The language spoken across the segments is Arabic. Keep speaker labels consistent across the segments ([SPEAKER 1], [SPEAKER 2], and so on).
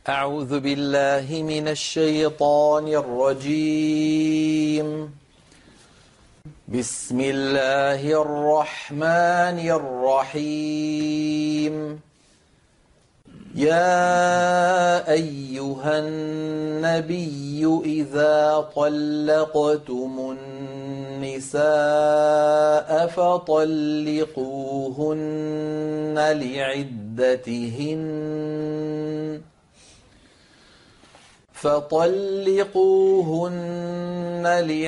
[SPEAKER 1] أعوذ بالله من الشيطان الرجيم. بسم الله الرحمن الرحيم. يا أيها النبي إذا طلقتم النساء فطلقوهن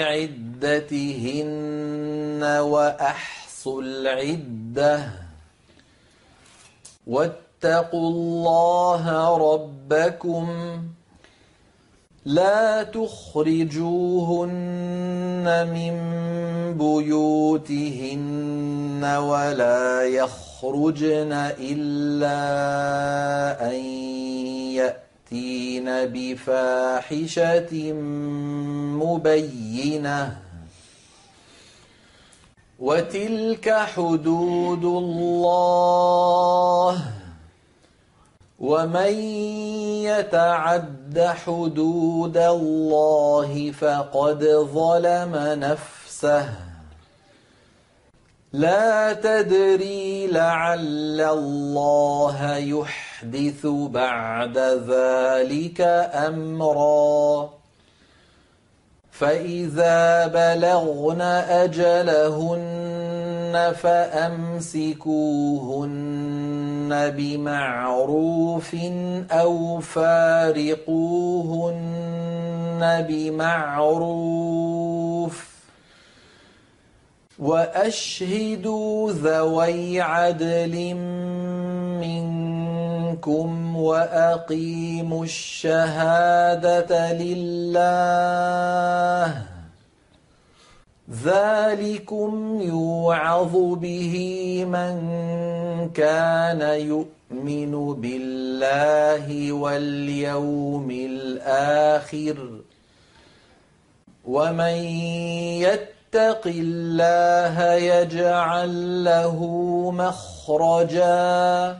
[SPEAKER 1] لعدتهن وأحصوا العدة واتقوا الله ربكم لا تخرجوهن من بيوتهن ولا يخرجن إلا أن يأتين بفاحشة مبينة وتلك حدود الله ومن يتعد حدود الله فقد ظلم نفسه لا تدري لعل الله يحدث بعد ذلك أمرا فإذا بلغن أجلهن فأمسكوهن بمعروف أو فارقوهن بمعروف وأشهدوا ذوي عدل منكم وأقيموا الشهادة لله ذلكم يوعظ به من كان يؤمن بالله واليوم الآخر ومن يتق الله يجعل له مخرجا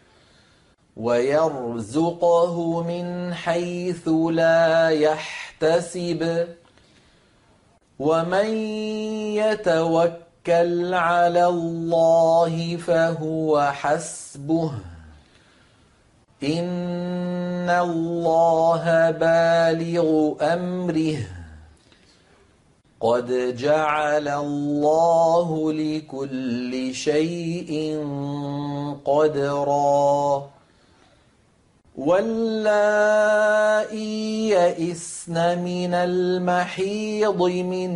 [SPEAKER 1] ويرزقه من حيث لا يحتسب ومن يتوكل على الله فهو حسبه إن الله بالغ أمره قد جعل الله لكل شيء قدرا واللائي يئسن من المحيض من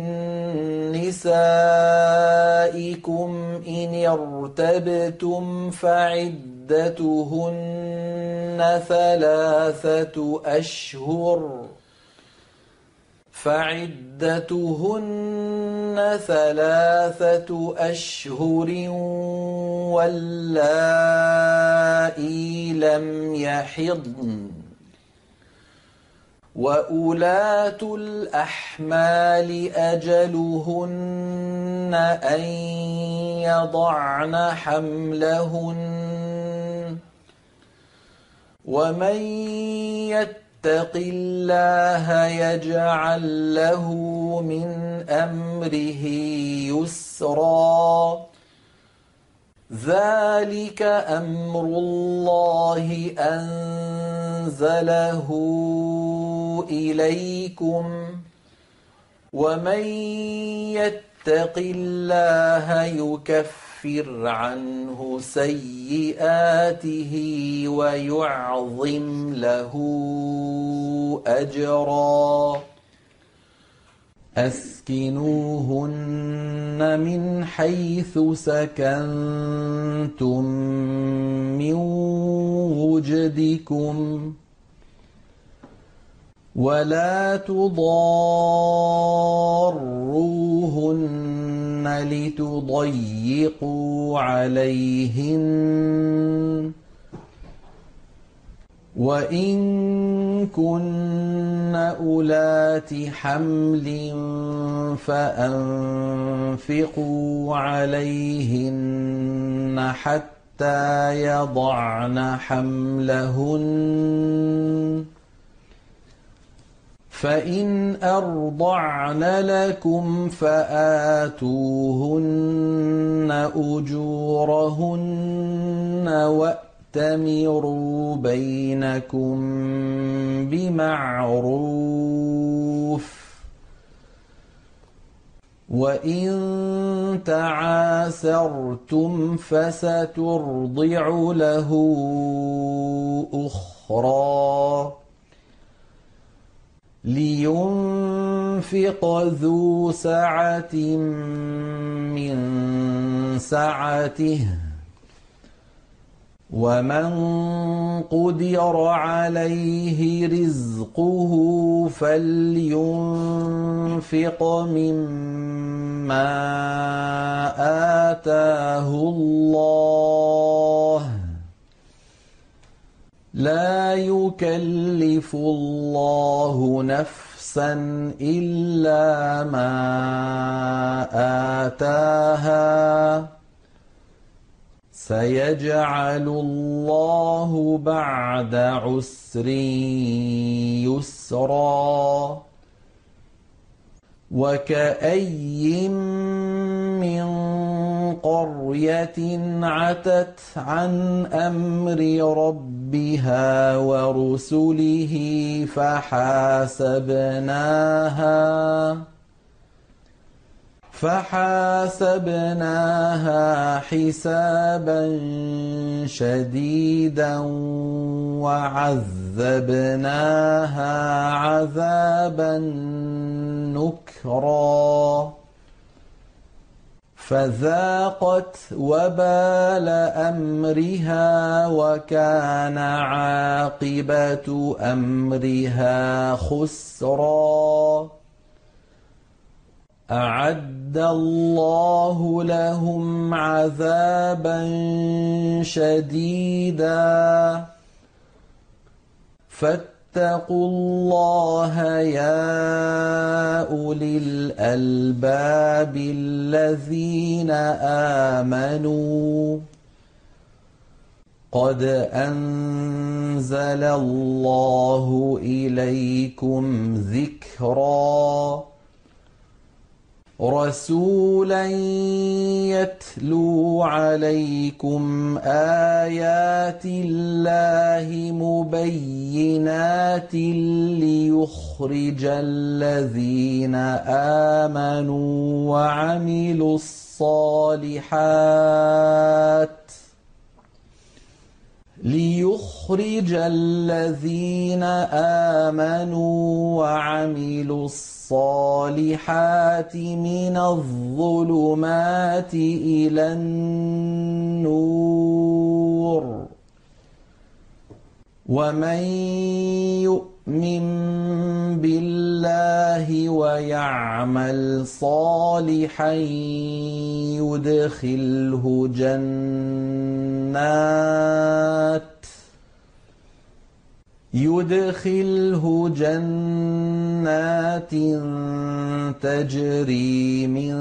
[SPEAKER 1] نسائكم إن ارتبتم فعدتهن ثلاثة أشهر واللائي لم يحضن وأولاة الأحمال أجلهن أن يضعن حملهن ومن يتق الله يجعل له من أمره يسرا ذلك أمر الله أنزله إليكم ومن يتق الله يكفر عنه سيئاته ويعظم له أجرا أسكنوهن من حيث سكنتم من وجدكم ولا تضاروهن لتضيقوا عليهن وإن كن أولات حمل فأنفقوا عليهن حتى حتى يضعن حملهن فإن أرضعن لكم فآتوهن أجورهن وأتمروا بينكم بمعروف وإن تعاسرتم فسترضع له أخرى لينفق ذو سعة من سعته ومن قدر عليه رزقه فلينفق مما آتاه الله لا يكلف الله نفسا إلا ما آتاها سيجعل الله بعد عسر يسرا وكأي من قرية عتت عن أمر ربها ورسله فحاسبناها حسابا شديدا وعذبناها عذابا نكرا فذاقت وبال أمرها وكان عاقبة أمرها خسرا أعد الله لهم عذابا شديدا فاتقوا الله يا أولي الألباب الذين آمنوا قد أنزل الله إليكم ذكرا رسولا يتلو عليكم آيات الله مبينات ليخرج الذين آمنوا وعملوا الصالحات من الظلمات إلى النور ومن يؤمن بالله ويعمل صالحا يدخله جنات تجري من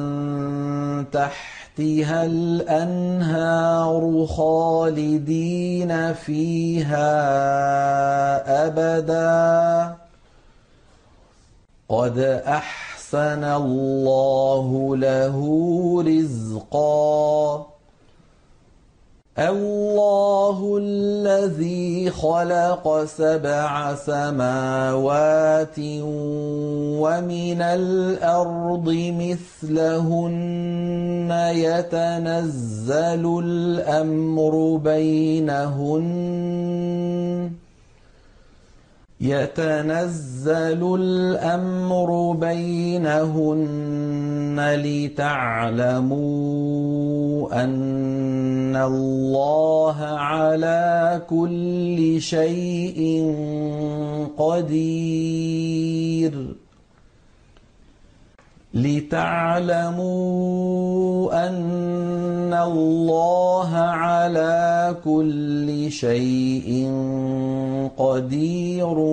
[SPEAKER 1] تحتها الأنهار خالدين فيها أبدا قد أحسن الله له رزقا الله الذي خلق 7 سماوات ومن الأرض مثلهن يتنزل الأمر بينهن لتعلموا أن الله على كل شيء قدير لتعلموا أن الله على كل شيء قدير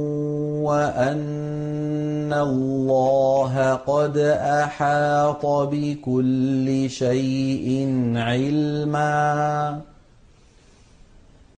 [SPEAKER 1] وأن الله قد أحاط بكل شيء علما